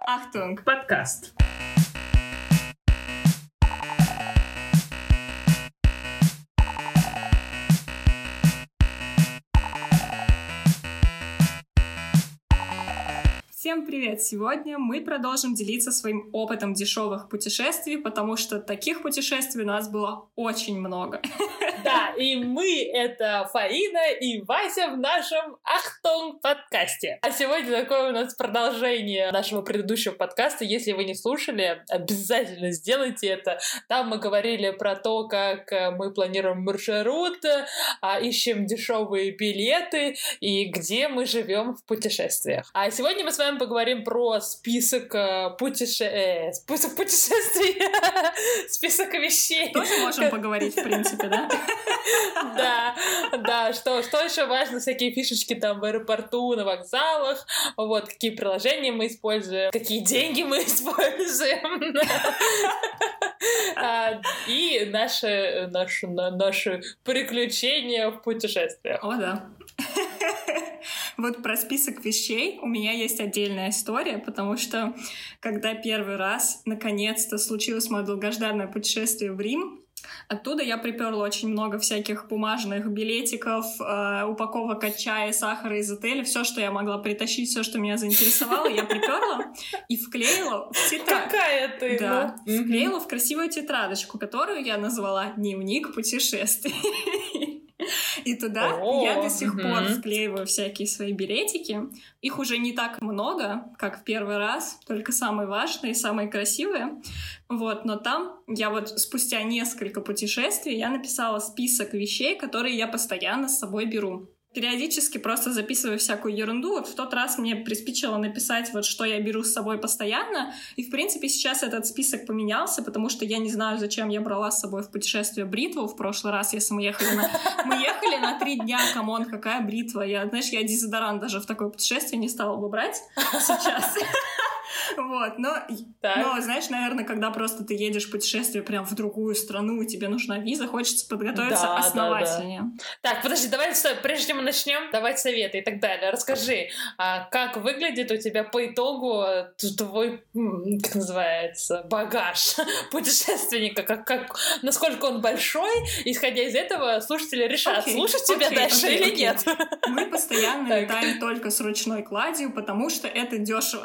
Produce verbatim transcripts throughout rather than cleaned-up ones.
Achtung! Подкаст. Всем привет! Сегодня мы продолжим делиться своим опытом дешевых путешествий, потому что таких путешествий у нас было очень много. Да, и мы — это Фаина и Вася в нашем Achtung подкасте. А сегодня такое у нас продолжение нашего предыдущего подкаста. Если вы не слушали, обязательно сделайте это. Там мы говорили про то, как мы планируем маршрут, ищем дешевые билеты и где мы живем в путешествиях. А сегодня мы с вами поговорим про список путеше... э, список путешествий, список вещей. Тоже можем поговорить, в принципе, да? Да, да, что, что еще важно, всякие фишечки там в аэропорту, на вокзалах, вот, какие приложения мы используем, какие деньги мы используем, и наши, наши, наши приключения в путешествиях. О, да. Вот про список вещей у меня есть отдельная история, потому что когда первый раз наконец-то случилось мое долгожданное путешествие в Рим, оттуда я приперла очень много всяких бумажных билетиков, э, упаковок от чая, сахара из отеля, все, что я могла притащить, все, что меня заинтересовало, я приперла и вклеила в тетрадь. Какая ты! Да, ну? вклеила в красивую тетрадочку, которую я назвала «Дневник путешествий». И туда О, я до сих угу. пор вклеиваю всякие свои билетики. Их уже не так много, как в первый раз, только самые важные, самые красивые. Вот, но там я вот спустя несколько путешествий я написала список вещей, которые я постоянно с собой беру. Периодически просто записываю всякую ерунду. Вот в тот раз мне приспичило написать, вот что я беру с собой постоянно. И, в принципе, сейчас этот список поменялся, потому что я не знаю, зачем я брала с собой в путешествие бритву в прошлый раз, если мы ехали на... Мы ехали на три дня, камон, какая бритва. Я, знаешь, я дезодорант даже в такое путешествие не стала бы брать сейчас. Вот, но, но, знаешь, наверное, когда просто ты едешь в путешествие прям в другую страну, и тебе нужна виза, хочется подготовиться да, основательнее. Да, да. Так, подожди, давай, стой, прежде чем мы начнем давать советы и так далее, расскажи, а как выглядит у тебя по итогу твой, как называется, багаж путешественника, как, как, насколько он большой, исходя из этого слушатели решат, okay, слушать okay, тебя okay, дальше okay, или okay. нет. Мы постоянно летаем только с ручной кладью, потому что это дешево.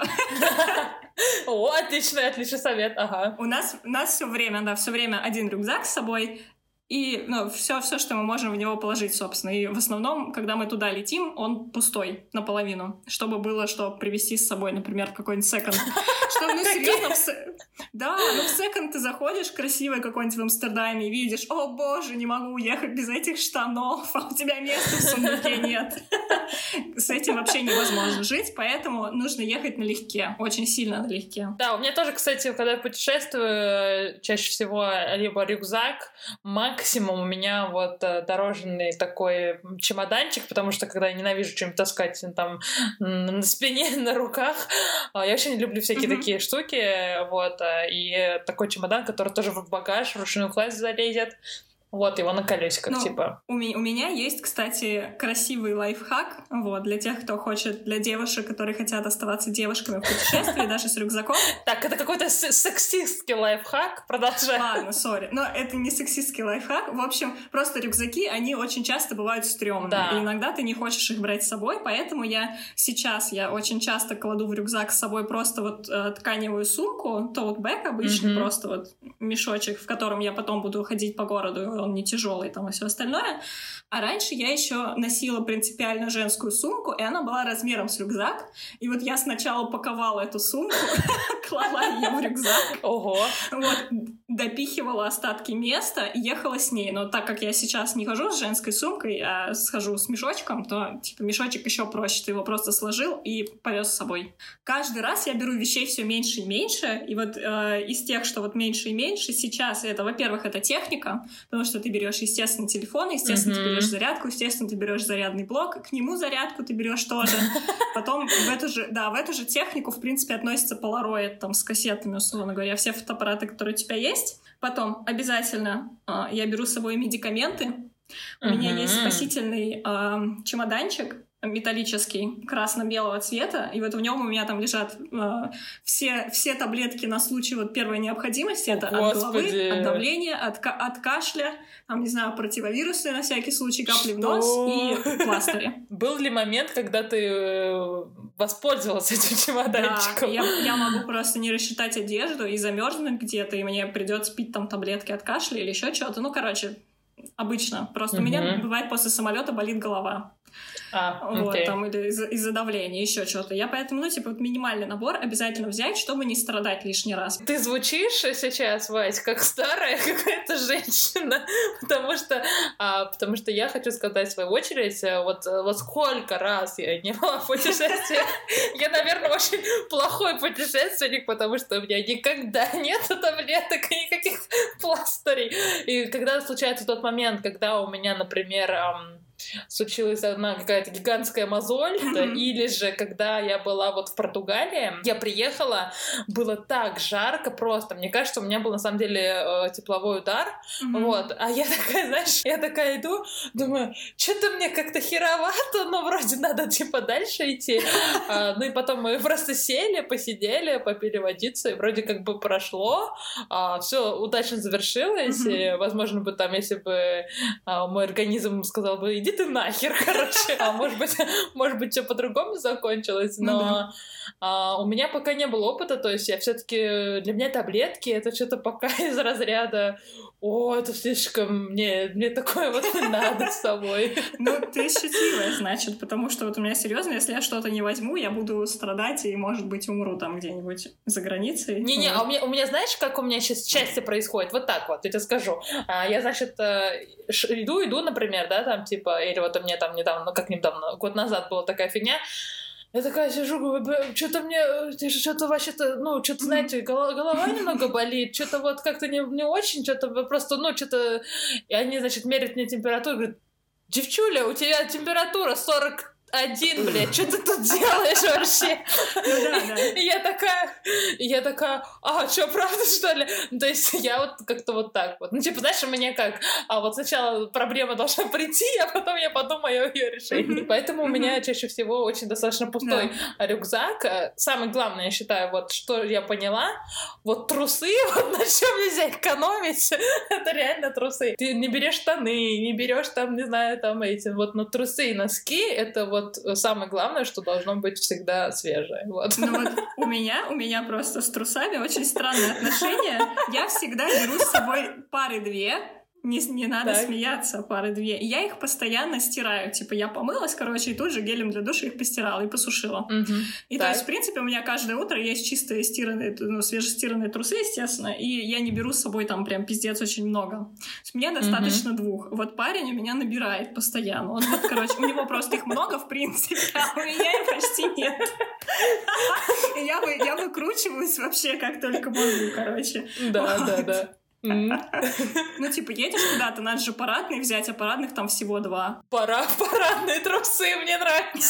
О, отличный, отличный совет, ага. У нас, у нас все время, да, все время один рюкзак с собой, и, ну, все, все, что мы можем в него положить, собственно. И в основном, когда мы туда летим, он пустой наполовину, чтобы было что привезти с собой, например, какой-нибудь секонд. Что, ну, серьезно, в... да, ну, в секонд ты заходишь красивый какой-нибудь в Амстердаме и видишь, о, боже, не могу уехать без этих штанов, а у тебя места в сундуке нет. С этим вообще невозможно жить, поэтому нужно ехать налегке, очень сильно налегке. Да, у меня тоже, кстати, когда я путешествую, чаще всего либо рюкзак, максимум у меня вот дорожный такой чемоданчик, потому что когда я ненавижу что-нибудь таскать там на спине, на руках, я вообще не люблю всякие mm-hmm. такие штуки, вот, и такой чемодан, который тоже в багаж, в ручную кладь залезет. Вот, его на колесиках, ну, типа. У, ми- у меня есть, кстати, красивый лайфхак, вот, для тех, кто хочет, для девушек, которые хотят оставаться девушками в путешествии, даже с рюкзаком. Так, это какой-то сексистский лайфхак, продолжай. Ладно, сори, но это не сексистский лайфхак. В общем, просто рюкзаки, они очень часто бывают стрёмными, да. И иногда ты не хочешь их брать с собой, поэтому я сейчас, я очень часто кладу в рюкзак с собой просто вот э, тканевую сумку, тоут-бэк обычный, mm-hmm. просто вот мешочек, в котором я потом буду ходить по городу, он не тяжелый там и все остальное. А раньше я еще носила принципиально женскую сумку, и она была размером с рюкзак. И вот я сначала паковала эту сумку, клала ее в рюкзак, Ого. Вот, допихивала остатки места и ехала с ней. Но так как я сейчас не хожу с женской сумкой, а схожу с мешочком, то типа мешочек еще проще. Ты его просто сложил и повез с собой. Каждый раз я беру вещей все меньше и меньше. И вот э, из тех, что вот меньше и меньше, сейчас это, во-первых, это техника, потому что ты берешь, естественно, телефон, естественно, mm-hmm. ты берешь зарядку, естественно, ты берешь зарядный блок, к нему зарядку ты берешь тоже. Потом в эту же, да, в эту же технику, в принципе, относится Polaroid там с кассетами, условно говоря, все фотоаппараты, которые у тебя есть. Потом обязательно э, я беру с собой медикаменты. У uh-huh. меня есть спасительный э, чемоданчик, металлический, красно-белого цвета, и вот в нем у меня там лежат э, все, все таблетки на случай вот первой необходимости. Это О, от головы, Господи. от давления, от, ка- от кашля, там, не знаю, противовирусные на всякий случай, капли в Что? нос и пластыри. Был ли момент, когда ты э, воспользовалась этим чемоданчиком? Да, я, я могу просто не рассчитать одежду и замерзнуть где-то, и мне придется пить там таблетки от кашля или еще что-то. Ну, короче, обычно. Просто Мгм. у меня бывает после самолета болит голова. А, Вот, окей. там, или из-за, из-за давления, еще что-то. Я поэтому, ну, типа, вот минимальный набор обязательно взять, чтобы не страдать лишний раз. Ты звучишь сейчас, Вась, как старая какая-то женщина, потому что, а, потому что я хочу сказать в свою очередь, вот, вот сколько раз я не была в путешествиях, я, наверное, очень плохой путешественник, потому что у меня никогда нет таблеток и никаких пластырей. И когда случается тот момент, когда у меня, например, ам, случилась одна какая-то гигантская мозоль, Mm-hmm. или же когда я была вот в Португалии, я приехала, было так жарко просто, мне кажется, у меня был на самом деле э, тепловой удар, Mm-hmm. вот, а я такая, знаешь, я такая иду, думаю, что-то мне как-то херовато, но вроде надо типа дальше идти, а, ну и потом мы просто сели, посидели, попили водицу, и вроде как бы прошло, а, все удачно завершилось, Mm-hmm. и, возможно бы там, если бы а, мой организм сказал бы, иди ты нахер, короче. А может быть, может быть, все по-другому закончилось, но Ну да. а, у меня пока не было опыта, то есть я все-таки для меня таблетки это что-то пока из разряда. О, это слишком мне, мне такое вот не надо с собой. Ну, ты счастливая, значит, потому что вот у меня серьезно, если я что-то не возьму, я буду страдать и, может быть, умру там где-нибудь за границей. Не-не, Вот. а у меня, у меня, знаешь, как у меня сейчас счастье происходит? Вот так вот, я тебе скажу. А, я, значит, э, ш- иду, иду, например, да, там, типа, или вот у меня там недавно, ну, как недавно, год назад была такая фигня, я такая сижу, говорю, что-то мне, что-то вообще-то, ну, что-то, знаете, голова, голова немного болит, что-то вот как-то не, не очень, что-то просто, ну, что-то... И они, значит, меряют мне температуру, говорят, девчуля, у тебя температура сорок один, блядь, что ты тут делаешь вообще? Ну да, да. И я такая, и я такая, а, что, правда, что ли? Ну, то есть я вот как-то вот так вот. Ну, типа, знаешь, у меня как, а вот сначала проблема должна прийти, а потом я подумаю о ее решении. Мгм. Поэтому у Мгм. меня чаще всего очень достаточно пустой рюкзак. Самое главное, я считаю, вот что я поняла, вот трусы, вот на чем нельзя экономить, это реально трусы. Ты не берешь штаны, не берешь там, не знаю, там эти, вот, но трусы и носки, это вот самое главное, что должно быть всегда свежее. Вот. Ну вот у меня, у меня просто с трусами очень странные отношения. Я всегда беру с собой пары две. Не, не надо Так. смеяться, пары две. И я их постоянно стираю. Типа я помылась, короче, и тут же гелем для душа их постирала и посушила. Мгм. И Так. то есть, в принципе, у меня каждое утро есть чистые стиранные, ну, свежестиранные трусы, естественно, и я не беру с собой там прям пиздец очень много. То есть мне достаточно двух. Вот парень у меня набирает постоянно. Он вот, короче, у него просто их много, в принципе, а у меня их почти нет. И я, вы, я выкручиваюсь вообще как только могу, короче. Да, Вот. да, да. М. Ну, типа, едешь куда-то, надо же парадные взять, а парадных там всего два. Пора, парадные трусы, мне нравится.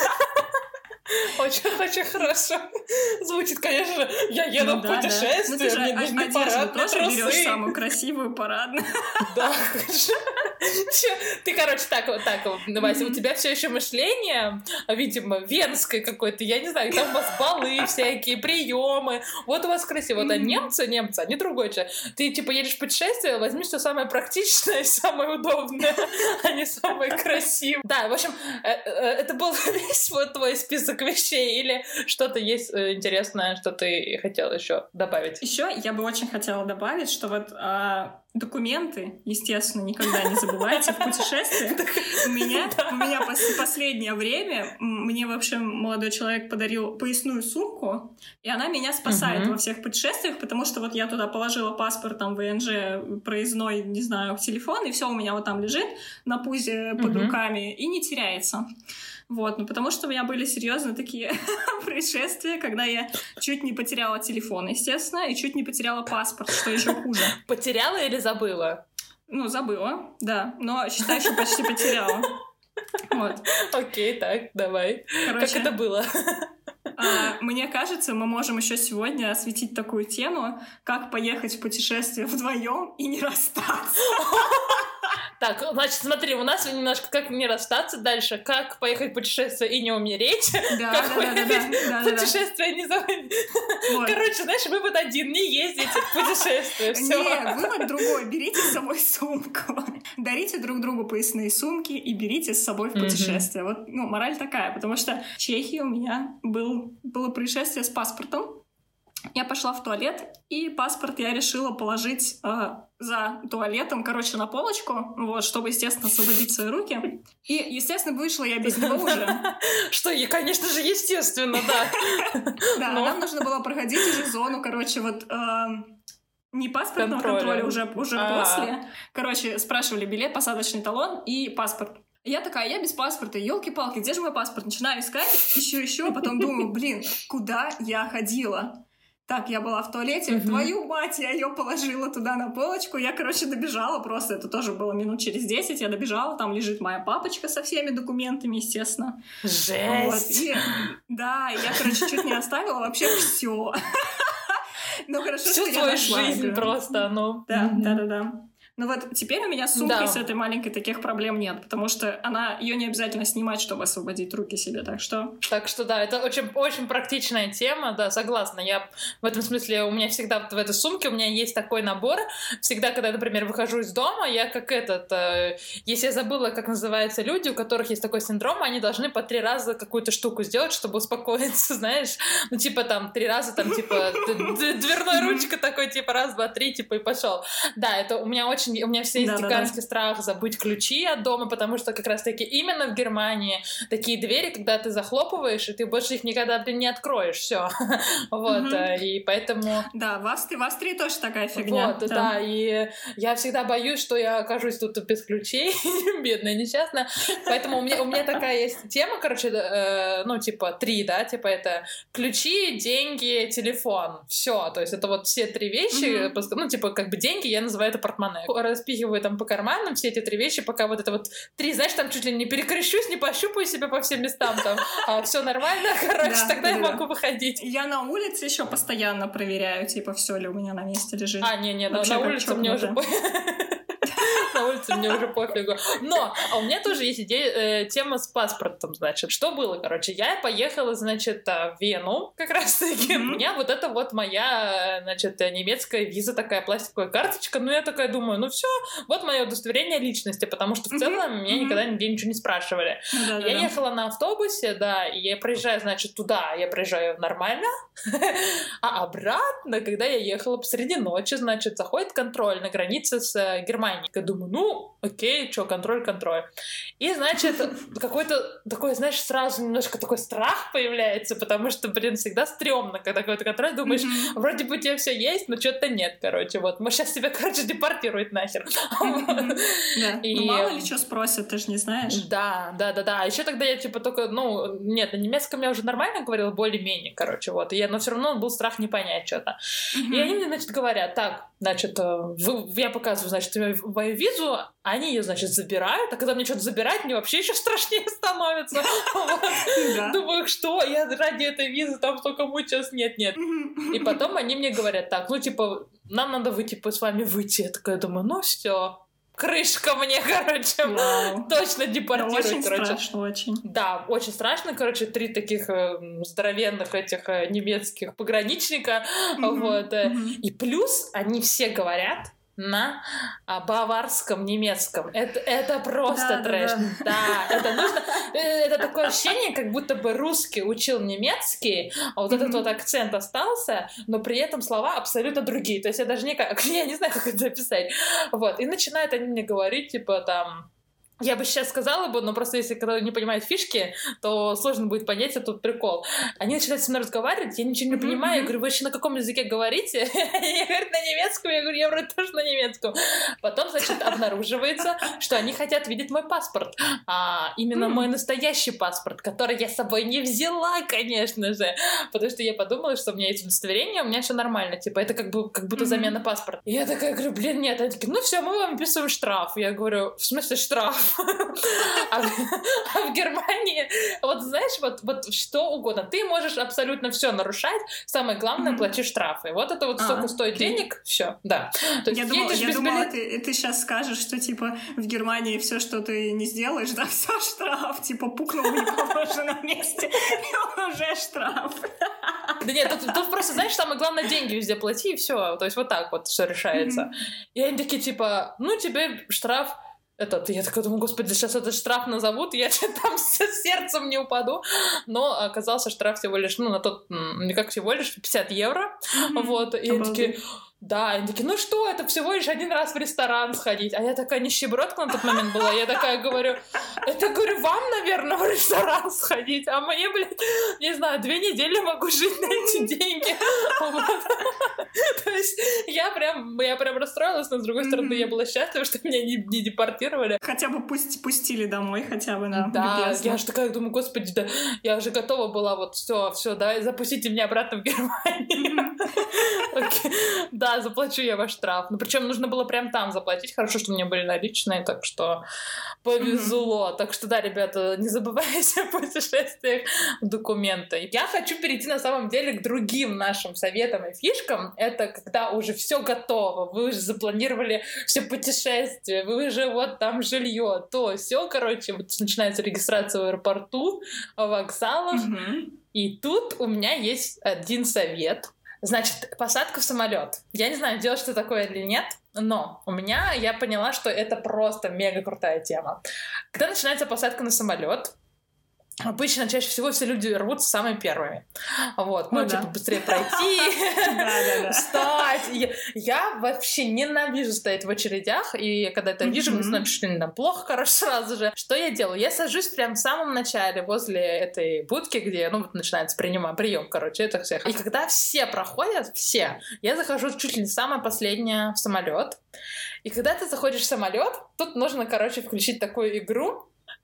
Очень-очень хорошо. Звучит, конечно, я еду Ну в да, да. путешествие, Ну, ты же мне о- нужны одежду парадные тоже берешь трусы. самую красивую парадную. Да, конечно. Чё? Ты, короче, так вот, так вот, Вася, у тебя все еще мышление, видимо, венское какое-то, я не знаю, там у вас балы всякие, приемы, вот у вас красиво. Вот, а немцы, немцы, они другой же. Ты, типа, едешь в путешествие, возьми все самое практичное и самое удобное, а не самое красивое. Да, в общем, э, э, это был весь вот твой список вещей, или что-то есть э, интересное, что ты хотела еще добавить? Еще я бы очень хотела добавить, что вот а, документы, естественно, никогда не забывайте в путешествиях. У меня, у меня пос- последнее время м, мне вообще молодой человек подарил поясную сумку, и она меня спасает Мгм. во всех путешествиях, потому что вот я туда положила паспорт, там, ВНЖ, проездной, не знаю, телефон, и все у меня вот там лежит на пузе под Мгм. руками и не теряется. Вот, ну потому что у меня были серьезно такие происшествия, когда я чуть не потеряла телефон, естественно, и чуть не потеряла паспорт, что еще хуже. Потеряла или забыла? Ну, забыла, да, но считай, что почти потеряла. Вот. Окей, так, давай. Короче, Как это было? а, мне кажется, мы можем еще сегодня осветить такую тему, как поехать в путешествие вдвоем и не расстаться. Так, значит, смотри, у нас немножко как не расстаться дальше, как поехать в путешествие и не умереть, Да, как да, поехать да, да, да, да, путешествие и не забыть. Вот. Короче, знаешь, вывод один, не ездите в путешествие, все. Нет, вывод другой. Берите с собой сумку. Дарите друг другу поясные сумки и берите с собой в путешествие. Вот, ну, мораль такая, потому что в Чехии у меня был, было происшествие с паспортом. Я пошла в туалет, и паспорт я решила положить э, за туалетом, короче, на полочку, вот, чтобы, естественно, освободить свои руки. И, естественно, вышла я без него уже. Что, и, конечно же, естественно, да. Да, нам нужно было проходить уже зону, короче, вот... Не паспортного контроля, уже, уже после. Короче, спрашивали билет, посадочный талон и паспорт. Я такая, я без паспорта, елки-палки, где же мой паспорт? Начинаю искать, еще еще, а потом думаю, блин, куда я ходила? Так, я была в туалете, mm-hmm. твою мать, я ее положила туда на полочку. Я, короче, добежала просто, это тоже было минут через десять, я добежала, там лежит моя папочка со всеми документами, естественно. Жесть! Вот, и, да, я, короче, чуть не оставила вообще все. Ну, хорошо, Всю что твою я нашла, жизнь да. просто, ну. Да, mm-hmm. да, да, да. Ну вот теперь у меня с сумкой да. с этой маленькой таких проблем нет, потому что она ее не обязательно снимать, чтобы освободить руки себе, так что... Так что да, это очень, очень практичная тема, да, согласна. Я в этом смысле, у меня всегда в этой сумке, у меня есть такой набор. Всегда, когда, например, выхожу из дома, я как этот... Э, если я забыла, как называются люди, у которых есть такой синдром, они должны по три раза какую-то штуку сделать, чтобы успокоиться, знаешь? Ну, типа там три раза, там, типа, дверной ручка такой, типа, раз, два, три, типа, и пошел. Да, это у меня очень у меня все есть да, гигантский да, да. страх забыть ключи от дома, потому что как раз-таки именно в Германии такие двери, когда ты захлопываешь, и ты больше их никогда, блин, не откроешь, все. Вот, mm-hmm. и поэтому... Да, в Австрии, в Австрии тоже такая фигня. Вот, да. да, и я всегда боюсь, что я окажусь тут без ключей, бедная, несчастная, поэтому у меня, у меня такая есть тема, короче, э, ну, типа, три, да, типа, это ключи, деньги, телефон, все, то есть это вот все три вещи, mm-hmm. ну, типа, как бы деньги, я называю это портмоне. Распихиваю там по карманам все эти три вещи, пока вот это вот три, знаешь, там чуть ли не перекрещусь, не пощупаю себя по всем местам, там, а все нормально, короче, да, тогда да, я да. могу выходить. Я на улице еще постоянно проверяю, типа, все ли у меня на месте лежит. А, не-не, на, на улице мне уже... На улице мне уже пофигу. Но, а у меня тоже есть идея, э, тема с паспортом, значит. Что было, короче? Я поехала, значит, в Вену, как раз-таки. Mm-hmm. У меня вот это вот моя, значит, немецкая виза, такая пластиковая карточка. Ну, я такая думаю, ну все, вот мое удостоверение личности, потому что в целом mm-hmm. меня mm-hmm. никогда нигде ничего не спрашивали. Mm-hmm. Я ехала на автобусе, да, и я проезжаю, значит, туда, я проезжаю нормально, а обратно, когда я ехала посреди ночи, значит, заходит контроль на границе с Германией. Я думаю, ну, окей, что, контроль, контроль. И, значит, какой-то такой, знаешь, сразу немножко такой страх появляется, потому что, блин, всегда стрёмно, когда какой-то контроль, думаешь, mm-hmm. вроде бы у тебя все есть, но что-то нет, короче, вот. Мы сейчас тебя, короче, депортируют нахер. Mm-hmm. Да. И... Ну, мало ли что спросят, ты же не знаешь. Да, да, да, да. А еще тогда я, типа, только, ну, нет, на немецком я уже нормально говорила, более-менее, короче, вот. И я, но все равно был страх не понять что-то. Mm-hmm. И они мне, значит, говорят, так, значит, вы, я показываю, значит, мою визу, они ее, значит, забирают, а когда мне что-то забирать, мне вообще еще страшнее становится. Думаю, что? Я ради этой визы там столько мучилась. Нет, нет. И потом они мне говорят, так, ну, типа, нам надо вы, типа, с вами выйти. Я такая думаю, ну, все. Крышка мне, короче, Вау. Точно депортируют, очень короче. страшно, очень. Да, очень страшно, короче, три таких э, здоровенных этих э, немецких пограничника, mm-hmm. вот. Э, mm-hmm. И плюс они все говорят на а, баварском немецком. Это, это просто да, трэш. Да, да. да, это нужно... Это такое ощущение, как будто бы русский учил немецкий, а вот mm-hmm. этот вот акцент остался, но при этом слова абсолютно другие. То есть я даже не... Я не знаю, как это описать. Вот. И начинают они мне говорить, типа, там... Я бы сейчас сказала бы, но просто если кто не понимает фишки, то сложно будет понять этот прикол. Они начинают со мной разговаривать, я ничего не mm-hmm. понимаю, я говорю, вы вообще на каком языке говорите? Они говорят на немецком, я говорю, я вроде тоже на немецком. Потом, значит, обнаруживается, что они хотят видеть мой паспорт, а именно mm-hmm. мой настоящий паспорт, который я с собой не взяла, конечно же, потому что я подумала, что у меня есть удостоверение, у меня все нормально, типа, это как, бы, как будто mm-hmm. замена паспорта. И я такая говорю, блин, нет, они такие, ну все, мы вам выписываем штраф. Я говорю, в смысле штраф? штраф. А в Германии, вот знаешь, вот что угодно. Ты можешь абсолютно все нарушать. Самое главное, плати штрафы. Вот это вот столько стоит денег, все, да. Я думала, ты сейчас скажешь, что типа в Германии все, что ты не сделаешь, да, все штраф. Типа пукнул в неположенном месте, и уже штраф. Да нет, тут, тут просто, знаешь, самое главное, деньги везде плати, и все. То есть вот так вот все решается. Mm-hmm. И они такие, типа, ну, тебе штраф этот. Я такая думаю, господи, сейчас этот штраф назовут, я там с сердцем не упаду. Но оказался штраф всего лишь, ну, на тот, не как всего лишь, пятьдесят евро. Mm-hmm. Вот, и они такие... Да, они такие, ну что, это всего лишь один раз в ресторан сходить. А я такая нищебродка на тот момент была. Я такая говорю, это, говорю, вам, наверное, в ресторан сходить, а мне, блядь, не знаю, две недели могу жить на эти деньги. То есть я прям, я прям расстроилась, но с другой стороны я была счастлива, что меня не депортировали. Хотя бы пусть пустили домой, хотя бы, да. Да, я же такая думаю, господи, да, я уже готова была, вот, все, все, да, запустите меня обратно в Германию. Да, Да, заплачу я ваш штраф. Ну, причем нужно было прям там заплатить. Хорошо, что у меня были наличные, так что повезло. Mm-hmm. Так что, да, ребята, не забывайте о путешествиях документы. Я хочу перейти, на самом деле, к другим нашим советам и фишкам. Это когда уже все готово, вы уже запланировали все путешествия, вы уже вот там жилье, то все, короче, вот начинается регистрация в аэропорту, в вокзалах. Mm-hmm. И тут у меня есть один совет. Значит, посадка в самолет. Я не знаю, делаешь ты такое или нет, но у меня, я поняла, что это просто мега крутая тема. Когда начинается посадка на самолет, обычно чаще всего все люди рвутся самыми первыми. Вот, ну, ну типа, да. Быстрее пройти, встать. Я вообще ненавижу стоять в очередях, и когда это вижу, мне становится чуть ли не плохо, короче, сразу же. Что я делаю? Я сажусь прям в самом начале, возле этой будки, где, ну, вот начинается прием, прием, короче, это всех. И когда все проходят, все, я захожу чуть ли не самое последнее в самолет. И когда ты заходишь в самолет, тут нужно, короче, включить такую игру.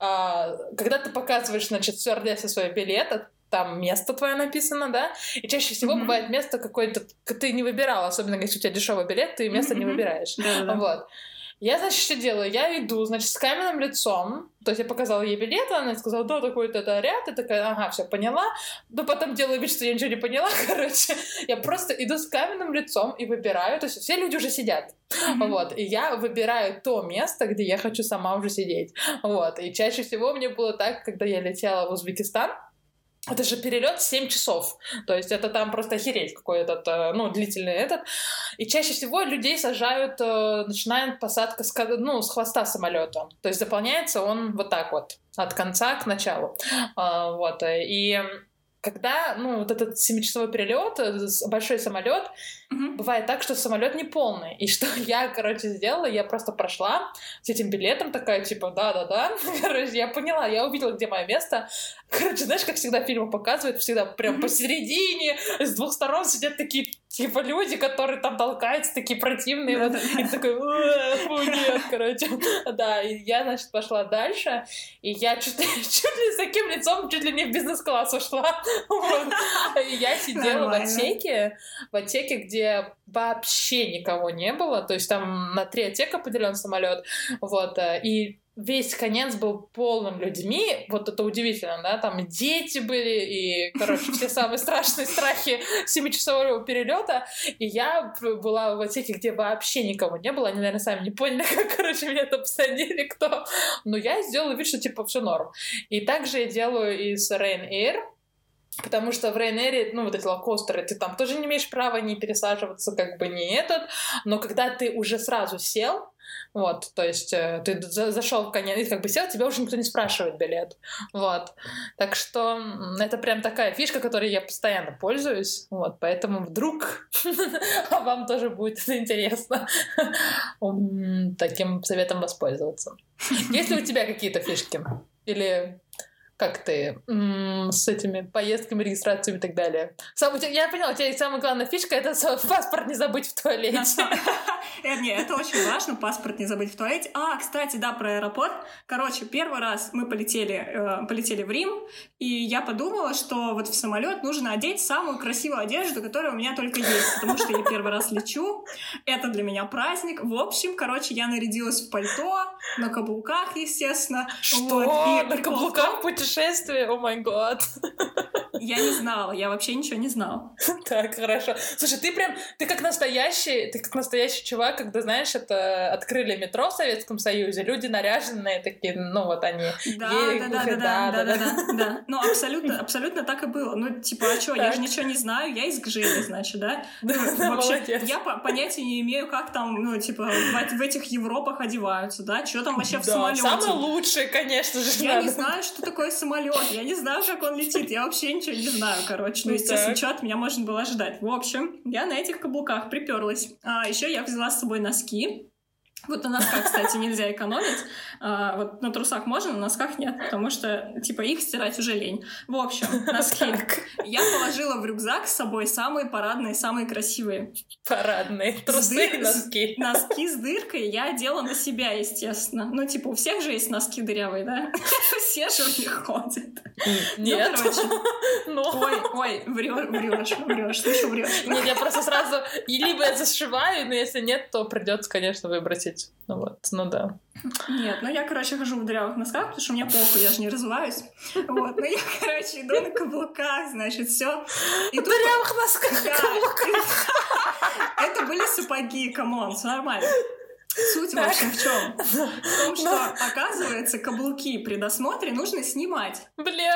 Когда ты показываешь, значит, стюардессе свой билет, там место твое написано, да, и чаще всего mm-hmm. бывает место какое-то, ты не выбирал, особенно если у тебя дешевый билет, ты место mm-hmm. не выбираешь. Mm-hmm. Вот. Я, значит, что делаю? Я иду, значит, с каменным лицом, то есть я показала ей билет, она сказала, да, такой-то это ряд, и такая, ага, все, поняла, но потом делаю вид, что я ничего не поняла, короче, я просто иду с каменным лицом и выбираю, то есть все люди уже сидят, mm-hmm. вот, и я выбираю то место, где я хочу сама уже сидеть, вот, и чаще всего мне было так, когда я летела в Узбекистан. Это же перелет семь часов. То есть это там просто охереть какой этот, ну, длительный этот. И чаще всего людей сажают, начинает посадка с, ну, с хвоста самолета. То есть заполняется он вот так вот, от конца к началу. Вот. И когда, ну, вот этот семичасовой перелет, большой самолет, mm-hmm. бывает так, что самолет не полный. И что я, короче, сделала, я просто прошла с этим билетом, такая, типа, да-да-да. Короче, я поняла, я увидела, где мое место. Короче, знаешь, как всегда фильмы показывают, всегда прям mm-hmm. посередине, с двух сторон сидят такие, типа, люди, которые там толкаются, такие противные. Вот, и ты такой, фу, нет, короче. Да, и я, значит, пошла дальше, и я чуть, чуть ли с таким лицом, чуть ли не в бизнес-класс ушла. Вот. И я сидела Нормально. в отсеке, в отсеке, где вообще никого не было, то есть там на три отсека поделен самолет, вот, и весь конец был полным людьми, вот это удивительно, да, там и дети были, и, короче, все самые страшные страхи семичасового перелета, и я была в отсеке, где вообще никого не было, они, наверное, сами не поняли, как, короче, меня там посадили, кто, но я сделала вид, что, типа, все норм. И также я делаю и с Ryanair, потому что в Ryanair, ну, вот эти лоукостеры, ты там тоже не имеешь права не пересаживаться, как бы не этот, но когда ты уже сразу сел, вот, то есть э, ты за- зашел в конец, как бы сел, тебя уже никто не спрашивает билет, вот, так что это прям такая фишка, которой я постоянно пользуюсь, вот, поэтому вдруг вам тоже будет интересно таким советом воспользоваться. Есть ли у тебя какие-то фишки? Или как ты, м- с этими поездками, регистрациями и так далее. Сам, у тебя, я поняла, у тебя самая главная фишка — это паспорт не забыть в туалете. Нет, это очень важно, паспорт не забыть в туалете. А, кстати, да, про аэропорт. Короче, первый раз мы полетели, полетели в Рим, и я подумала, что вот в самолет нужно одеть самую красивую одежду, которая у меня только есть, потому что я первый раз лечу. Это для меня праздник. В общем, короче, я нарядилась в пальто, на каблуках, естественно. Что? Вот. На каблуках путешествие? О май гад. Я не знала, я вообще ничего не знала. Так, хорошо. Слушай, ты прям, ты как настоящий, ты как настоящий чувак, когда, знаешь, это открыли метро в Советском Союзе, люди наряженные такие, ну вот они. Да, да, да, да, да, да, да, да, да. Ну, абсолютно, абсолютно так и было. Ну, типа, а что, я же ничего не знаю, я из Гжели, значит, да? Вообще, я понятия не имею, как там, ну, типа, в этих Европах одеваются, да? Что там вообще в самолете? Самое лучшее, конечно же. Я не знаю, что такое самолет, я не знаю, как он летит, я вообще ничего не знаю, короче. Ну, естественно, что от меня можно было ожидать. В общем, я на этих каблуках приперлась. А еще я взяла с собой носки. Вот на носках, кстати, нельзя экономить. А, вот на трусах можно, на носках нет, потому что, типа, их стирать уже лень. В общем, носки. Я положила в рюкзак с собой самые парадные, самые красивые. Парадные трусы и носки. Носки с дыркой я одела на себя, естественно. Ну, типа, у всех же есть носки дырявые, да? Все же в них ходят. Нет. Ну, короче. Ой, ой, врешь, врешь, врешь, ты еще врешь. Нет, я просто сразу... Либо я зашиваю, но если нет, то придется, конечно, выбросить. Ну вот, ну да. Нет, ну я, короче, хожу в дырявых носках, потому что мне похуй, я же не разуваюсь. Вот, ну я, короче, иду на каблуках, значит, все. В дырявых носках да, каблуках. Это были сапоги, камон, все нормально. Суть, в общем, в чем? В том, что, оказывается, каблуки при досмотре нужно снимать.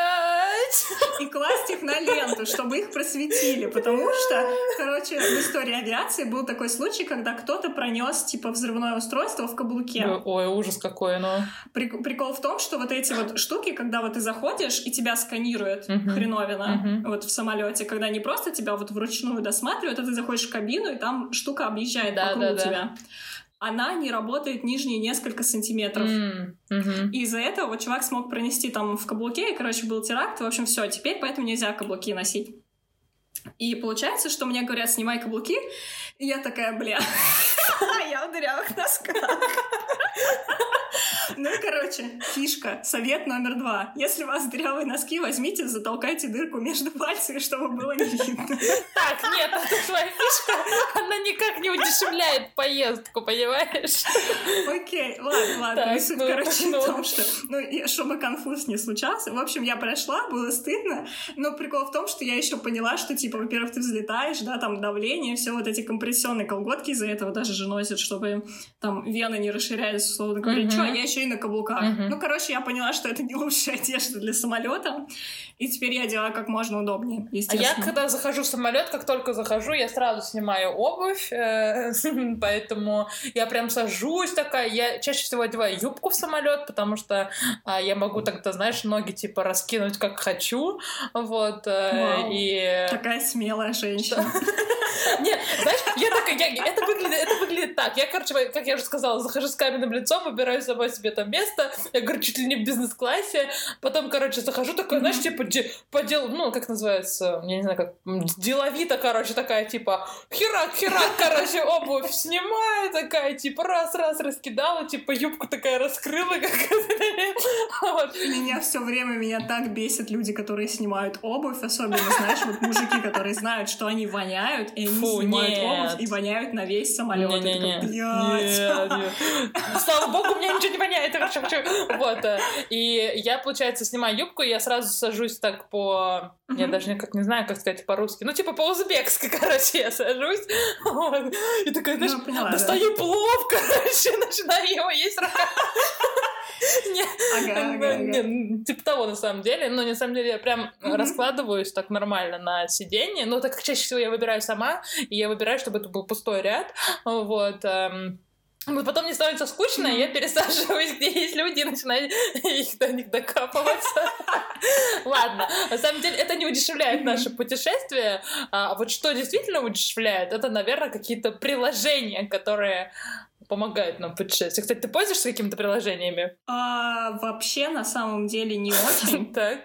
Блять! И класть их на ленту, чтобы их просветили. Потому что, короче, в истории авиации был такой случай, когда кто-то пронес, типа, взрывное устройство в каблуке. Ой, ужас какой, ну. Прикол в том, что вот эти вот штуки, когда вот ты заходишь, и тебя сканируют uh-huh. хреновина uh-huh. вот в самолете, когда не просто тебя вот вручную досматривают, а ты заходишь в кабину, и там штука объезжает да, по кругу да, тебя. Да. Она не работает нижние несколько сантиметров. Mm, mm-hmm. И из-за этого вот чувак смог пронести там в каблуке, и, короче, был теракт. В общем, все, теперь поэтому нельзя каблуки носить. И получается, что мне говорят, снимай каблуки, и я такая, бля, я в дырявых носках. Ну и, короче, фишка, совет номер два. Если у вас дырявые носки, возьмите, затолкайте дырку между пальцами, чтобы было не видно. Так, нет, это твоя фишка, она никак не удешевляет поездку, понимаешь? Окей, ладно, ладно. Так, суть, ну, короче, ну. в том, что, ну, чтобы конфуз не случался. В общем, я прошла, было стыдно, но прикол в том, что я еще поняла, что, типа, во-первых, ты взлетаешь, да, там давление, все вот эти компрессионные колготки из-за этого даже же носят, чтобы там вены не расширялись, условно говоря. Mm-hmm. Чё, я еще и на каблуках. Mm-hmm. Ну, короче, я поняла, что это не лучшая одежда для самолета, и теперь я делаю как можно удобнее, естественно. А я, когда захожу в самолет, как только захожу, я сразу снимаю обувь, э, поэтому я прям сажусь такая. Я чаще всего одеваю юбку в самолет, потому что э, я могу тогда, знаешь, ноги типа раскинуть как хочу, вот. Э, и... Такая смелая женщина. Нет, знаешь, я такая, я, это, выглядит, это выглядит так. Я, короче, как я уже сказала, захожу с каменным лицом, выбираю сама себе там место, я говорю, чуть ли не в бизнес-классе, потом, короче, захожу такая, знаешь, типа, по делу, ну, как называется, я не знаю, как, деловито, короче, такая, типа, херак-херак, короче, обувь снимаю, такая, типа, раз-раз раскидала, типа, юбку такая раскрыла, как вот. Меня все время, меня так бесят люди, которые снимают обувь, особенно, знаешь, вот мужики, которые знают, что они воняют, и они Фу, снимают нет. обувь и воняют на весь самолет. Не, не, не. Нет, нет. Слава богу, у меня ничего не воняет. Вот. И я, получается, снимаю юбку, и я сразу сажусь так по... Я даже никак не знаю, как сказать по-русски. Ну, типа по-узбекски, короче, я сажусь. Вот. И такая, знаешь, ну, поняла, достаю да. плов, короче, начинаю его есть руками. Не, ага, ага, не, ага. Типа того, на самом деле. Но, на самом деле, я прям mm-hmm. раскладываюсь так нормально на сиденье. Но так как чаще всего я выбираю сама, и я выбираю, чтобы это был пустой ряд. Вот. Эм, вот потом мне становится скучно, mm-hmm. и я пересаживаюсь, где есть люди, и начинаю их до них докапываться. Ладно, на самом деле это не удешевляет наше путешествие. А вот что действительно удешевляет, это, наверное, какие-то приложения, которые... помогают нам в путешествиях. Кстати, ты пользуешься какими-то приложениями? А, вообще, на самом деле, не очень. Так.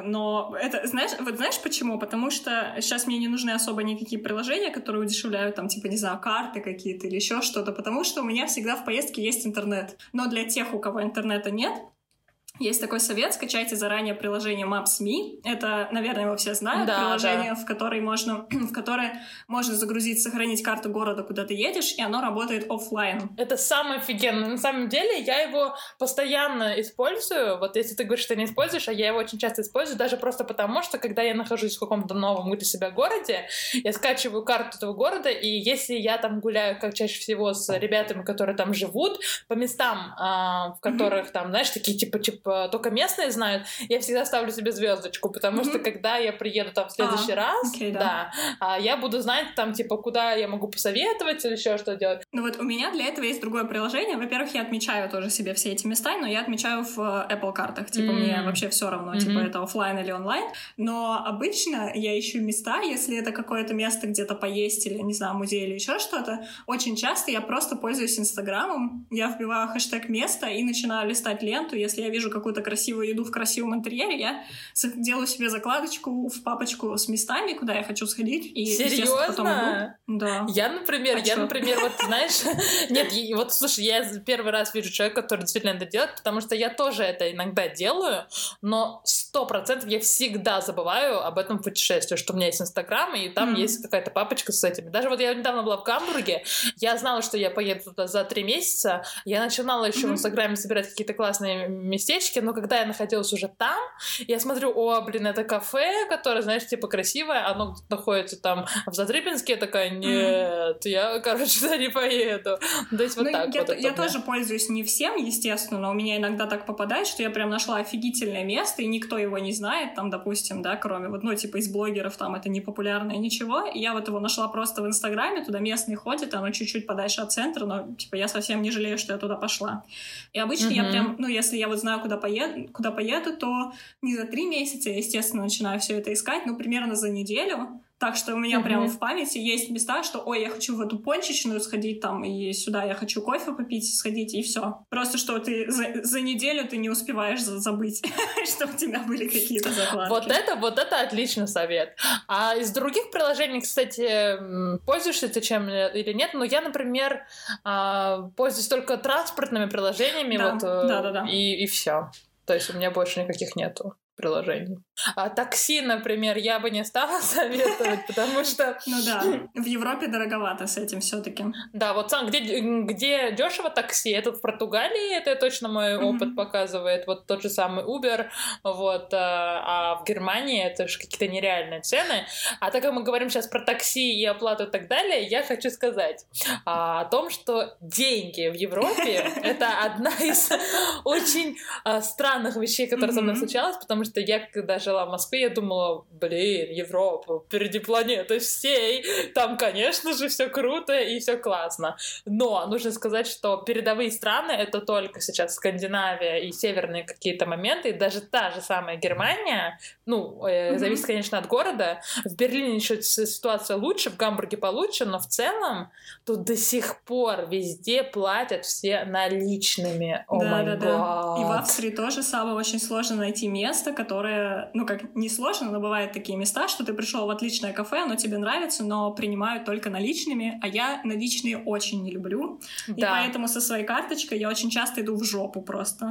Но это, знаешь, вот знаешь почему? Потому что сейчас мне не нужны особо никакие приложения, которые удешевляют, там, типа, не знаю, карты какие-то или еще что-то, потому что у меня всегда в поездке есть интернет. Но для тех, у кого интернета нет, есть такой совет: скачайте заранее приложение Maps.me. Это, наверное, его все знают. Да, приложение, да. в которое можно, в которое можно загрузить, сохранить карту города, куда ты едешь, и оно работает оффлайн. Это самое офигенное. На самом деле, я его постоянно использую. Вот если ты говоришь, что ты не используешь, а я его очень часто использую, даже просто потому, что когда я нахожусь в каком-то новом для себя городе, я скачиваю карту этого города, и если я там гуляю, как чаще всего, с ребятами, которые там живут, по местам, а, в которых mm-hmm. там, знаешь, такие типа, типа только местные знают, я всегда ставлю себе звездочку, потому mm-hmm. что когда я приеду там в следующий а, раз, okay, да, да, я буду знать там, типа, куда я могу посоветовать или еще что делать. Ну вот у меня для этого есть другое приложение. Во-первых, я отмечаю тоже себе все эти места, но я отмечаю в Apple картах. Типа, mm-hmm. мне вообще все равно, mm-hmm. типа, это офлайн или онлайн. Но обычно я ищу места, если это какое-то место где-то поесть или, не знаю, музей или еще что-то. Очень часто я просто пользуюсь Инстаграмом. Я вбиваю хэштег место и начинаю листать ленту. Если я вижу какую-то красивую еду в красивом интерьере, я делаю себе закладочку в папочку с местами, куда я хочу сходить. И, серьезно? Потом иду. Да. Я, например, а я, например, вот, знаешь, нет, вот, слушай, я первый раз вижу человека, который действительно это делает, потому что я тоже это иногда делаю, но сто процентов я всегда забываю об этом путешествии, что у меня есть Инстаграм, и там mm. есть какая-то папочка с этими. Даже вот я недавно была в Гамбурге, я знала, что я поеду туда за три месяца, я начинала еще mm-hmm. в Инстаграме собирать какие-то классные местечки, но когда я находилась уже там, я смотрю, о, блин, это кафе, которое, знаешь, типа красивое, оно находится там в Затрипинске, я такая, нет, mm. я, короче, туда не поеду. То есть вот ну, так я, вот. Я тоже пользуюсь не всем, естественно, но у меня иногда так попадает, что я прям нашла офигительное место, и никто его не знает, там, допустим, да, кроме вот, ну, типа из блогеров, там, это не популярное ничего, и я вот его нашла просто в Инстаграме, туда местные ходят, оно чуть-чуть подальше от центра, но, типа, я совсем не жалею, что я туда пошла. И обычно mm-hmm. я прям, ну, если я вот знаю, куда поеду, куда поеду, то не за три месяца, я, естественно, начинаю все это искать, ну, примерно за неделю. Так что у меня mm-hmm. прямо в памяти есть места, что, ой, я хочу в эту пончичную сходить там, и сюда я хочу кофе попить, сходить, и все. Просто что ты за, за неделю ты не успеваешь забыть, что у тебя были какие-то закладки. Вот это, вот это отличный совет. А из других приложений, кстати, пользуешься ты чем или нет? Ну, я, например, пользуюсь только транспортными приложениями, да. вот, да, да, да. и, и все. То есть у меня больше никаких нету приложений. А такси, например, я бы не стала советовать, потому что... Ну да, в Европе дороговато с этим все-таки. Да, вот сам, где, где дешево такси, это в Португалии, это точно мой опыт mm-hmm. показывает, вот тот же самый Uber, вот, а, а в Германии это же какие-то нереальные цены. А так как мы говорим сейчас про такси и оплату и так далее, я хочу сказать а, о том, что деньги в Европе — это одна из очень а, странных вещей, которые со мной случалась, потому что я, когда жила в Москве, я думала, блин, Европа, впереди планеты всей, там, конечно же, все круто и все классно. Но нужно сказать, что передовые страны — это только сейчас Скандинавия и северные какие-то моменты, и даже та же самая Германия, ну, э, mm-hmm. зависит, конечно, от города. В Берлине еще ситуация лучше, в Гамбурге получше, но в целом тут до сих пор везде платят все наличными. О май гад. Да-да-да. И в Австрии тоже самое очень сложно найти место, которое, ну как, не сложно, но бывают такие места, что ты пришел в отличное кафе, оно тебе нравится, но принимают только наличными, а я наличные очень не люблю. Да. И поэтому со своей карточкой я очень часто иду в жопу просто.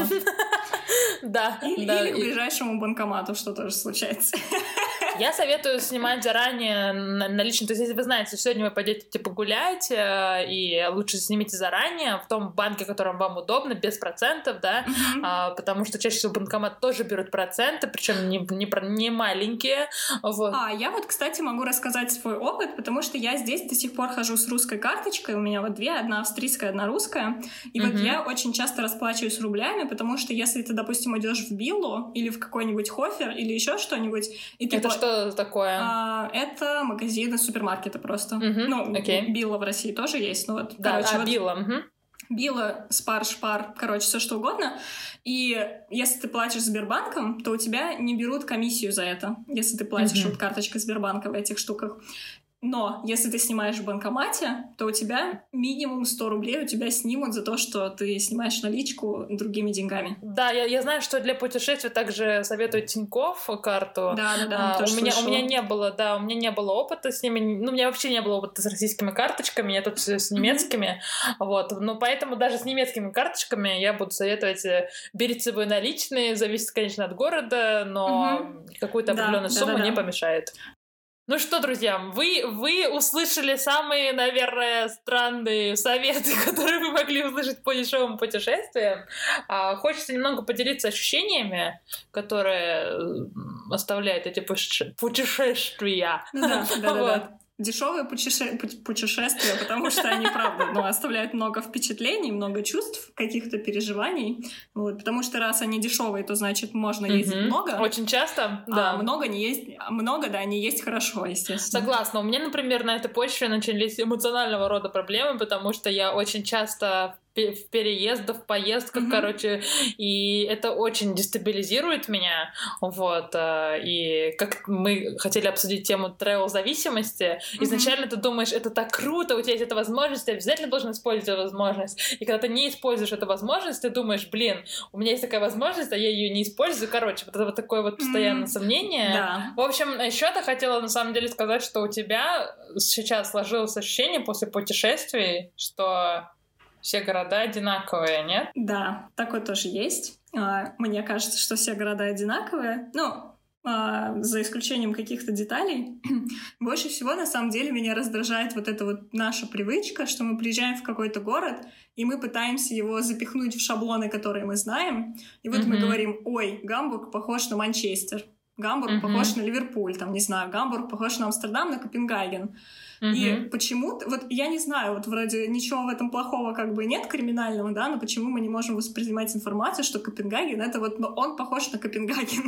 Да. Или к ближайшему банкомату, что тоже случается. Я советую снимать заранее наличные. То есть, если вы знаете, что сегодня вы пойдете типа гулять, и лучше снимите заранее в том банке, в котором вам удобно, без процентов, да, mm-hmm. а, потому что чаще всего банкомат тоже берут проценты, причем не, не, не маленькие. Вот. А, я вот, кстати, могу рассказать свой опыт, потому что я здесь до сих пор хожу с русской карточкой, у меня вот две, одна австрийская, одна русская, и mm-hmm. вот я очень часто расплачиваюсь рублями, потому что если ты, допустим, идешь в Биллу или в какой-нибудь Хофер или еще что-нибудь, и ты... Это что такое? А, это магазины, супермаркеты просто. Mm-hmm. Ну, okay. Билла в России тоже есть, ну вот, да, короче, а, вот... Билла, угу. Билла, Спар, Шпар, короче, все что угодно. И если ты платишь Сбербанком, то у тебя не берут комиссию за это, если ты платишь mm-hmm. вот карточкой Сбербанка в этих штуках. Но если ты снимаешь в банкомате, то у тебя минимум сто рублей у тебя снимут за то, что ты снимаешь наличку другими деньгами. Да, я, я знаю, что для путешествий также советуют Тинькофф карту. Да, да, да. А, у меня, у меня не было, да, у меня не было опыта с ними. Ну, у меня вообще не было опыта с российскими карточками, я тут с немецкими. Mm-hmm. Вот. Ну, поэтому даже с немецкими карточками я буду советовать берите с собой наличные, зависит, конечно, от города, но mm-hmm. какую-то определенную да, сумму да, да, не да. помешает. Ну что, друзья, вы, вы услышали самые, наверное, странные советы, которые вы могли услышать по дешевым путешествиям. А, хочется немного поделиться ощущениями, которые оставляют эти путешествия. Ну да, да, да, да. Дешевые путеше... путешествия, потому что они, правда, ну, оставляют много впечатлений, много чувств, каких-то переживаний. Вот, потому что раз они дешевые, то значит можно ездить mm-hmm. много. Очень часто, а да. Много не есть, много, да, не есть хорошо, естественно. Согласна. У меня, например, на этой почве начались эмоционального рода проблемы, потому что я очень часто в переездах, в поездках, mm-hmm. короче, и это очень дестабилизирует меня, вот, и как мы хотели обсудить тему travel-зависимости, mm-hmm. изначально ты думаешь, это так круто, у тебя есть эта возможность, ты обязательно должен использовать эту возможность, и когда ты не используешь эту возможность, ты думаешь, блин, у меня есть такая возможность, а я ее не использую, короче, вот это вот такое вот постоянное mm-hmm. сомнение. Да. В общем, еще я хотела на самом деле сказать, что у тебя сейчас сложилось ощущение после путешествий, что все города одинаковые, нет? Да, такое тоже есть. Мне кажется, что все города одинаковые. Ну, за исключением каких-то деталей. Больше всего, на самом деле, меня раздражает вот эта вот наша привычка, что мы приезжаем в какой-то город, и мы пытаемся его запихнуть в шаблоны, которые мы знаем. И вот mm-hmm. мы говорим, ой, Гамбург похож на Манчестер, Гамбург mm-hmm. похож на Ливерпуль, там, не знаю, Гамбург похож на Амстердам, на Копенгаген. Mm-hmm. И почему-то, вот я не знаю, вот вроде ничего в этом плохого как бы нет криминального, да, но почему мы не можем воспринимать информацию, что Копенгаген, это вот, ну, он похож на Копенгаген.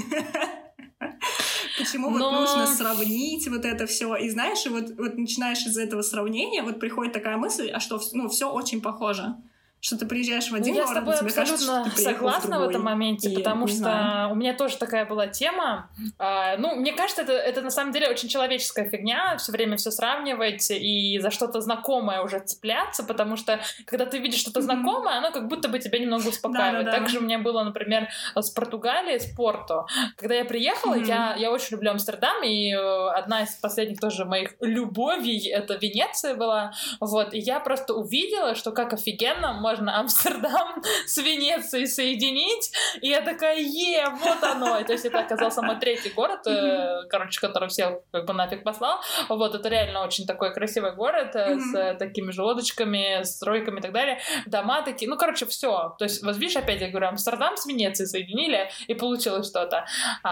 Почему вот нужно сравнить вот это все? И знаешь, и вот, вот начинаешь из этого сравнения, вот приходит такая мысль, а что, ну, все очень похоже. Что ты приезжаешь в один ну, город, я с тобой тебе абсолютно кажется, что ты согласна в, в этом моменте, и, потому что знаю. У меня тоже такая была тема. А, ну, мне кажется, это, это на самом деле очень человеческая фигня, все время все сравнивать и за что-то знакомое уже цепляться, потому что когда ты видишь что-то mm-hmm. знакомое, оно как будто бы тебя немного успокаивает. Да-да-да. Также у меня было, например, с Португалией, с Порту. Когда я приехала, mm-hmm. я, я очень люблю Амстердам, и одна из последних тоже моих любовей — это Венеция была. Вот, и я просто увидела, что как офигенно можно Амстердам с Венецией соединить, и я такая, е, вот оно. И, то есть это оказался мой третий город, mm-hmm. короче, который всех как бы нафиг послал. Вот, это реально очень такой красивый город mm-hmm. с такими же лодочками, с стройками и так далее. Дома такие, ну, короче, все. То есть, вот видишь, опять я говорю, Амстердам с Венецией соединили, и получилось что-то.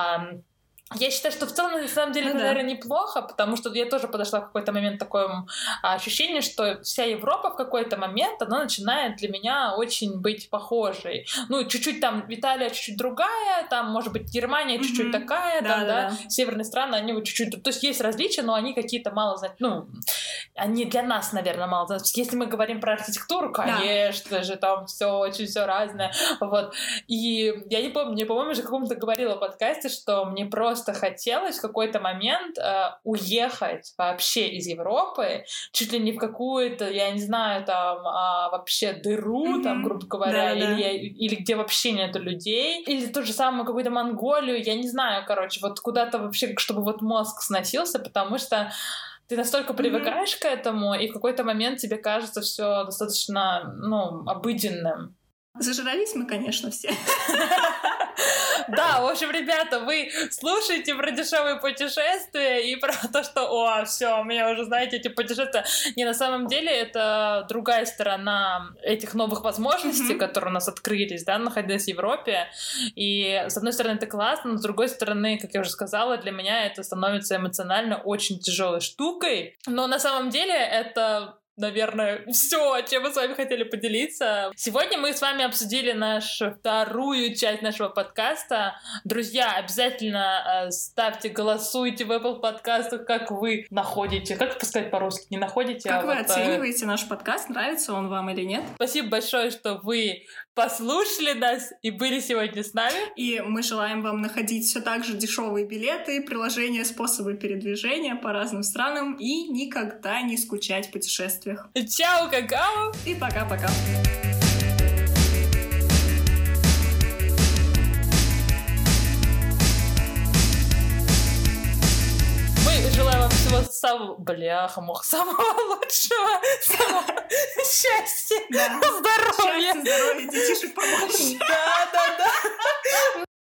Я считаю, что в целом, на самом деле, ну, это, да. наверное, неплохо, потому что я тоже подошла в какой-то момент к такому а, ощущению, что вся Европа в какой-то момент, она начинает для меня очень быть похожей. Ну, чуть-чуть там Италия чуть-чуть другая, там, может быть, Германия mm-hmm. чуть-чуть такая, да, там, да, да, да, северные страны, они вот чуть-чуть... То есть есть различия, но они какие-то мало, ну, они для нас, наверное, мало. Если мы говорим про архитектуру, конечно да. же, там все очень все разное. Вот. И я не помню, я, по-моему, уже какому-то говорила в подкасте, что мне просто хотелось в какой-то момент э, уехать вообще из Европы, чуть ли не в какую-то, я не знаю, там, а, вообще дыру, mm-hmm. там, грубо говоря, да, или, да. или где вообще нету людей, или ту же самую какую-то Монголию, я не знаю, короче, вот куда-то вообще, чтобы вот мозг сносился, потому что ты настолько привыкаешь mm-hmm. к этому, и в какой-то момент тебе кажется все достаточно, ну, обыденным. Зажрались мы, конечно, все. Да, в общем, ребята, вы слушаете про дешевые путешествия и про то, что, о, все, у меня уже, знаете, эти путешествия. Не, на самом деле, это другая сторона этих новых возможностей, mm-hmm. которые у нас открылись, да, находясь в Европе. И, с одной стороны, это классно, но с другой стороны, как я уже сказала, для меня это становится эмоционально очень тяжелой штукой. Но на самом деле это наверное, все, чем мы с вами хотели поделиться. Сегодня мы с вами обсудили нашу вторую часть нашего подкаста. Друзья, обязательно э, ставьте, голосуйте в Apple подкастах, как вы находите. Как это сказать по-русски? Не находите? Как а вы вот, оцениваете э... наш подкаст? Нравится он вам или нет? Спасибо большое, что вы послушали нас и были сегодня с нами. И мы желаем вам находить все так же дешевые билеты, приложения, способы передвижения по разным странам и никогда не скучать в путешествиях. Чао, какао! И пока-пока! Мы желаем вам всего самого... Бляха, мох, самого лучшего, самого счастья, да. здоровья. Счастья, здоровья, детишек побольше. Да.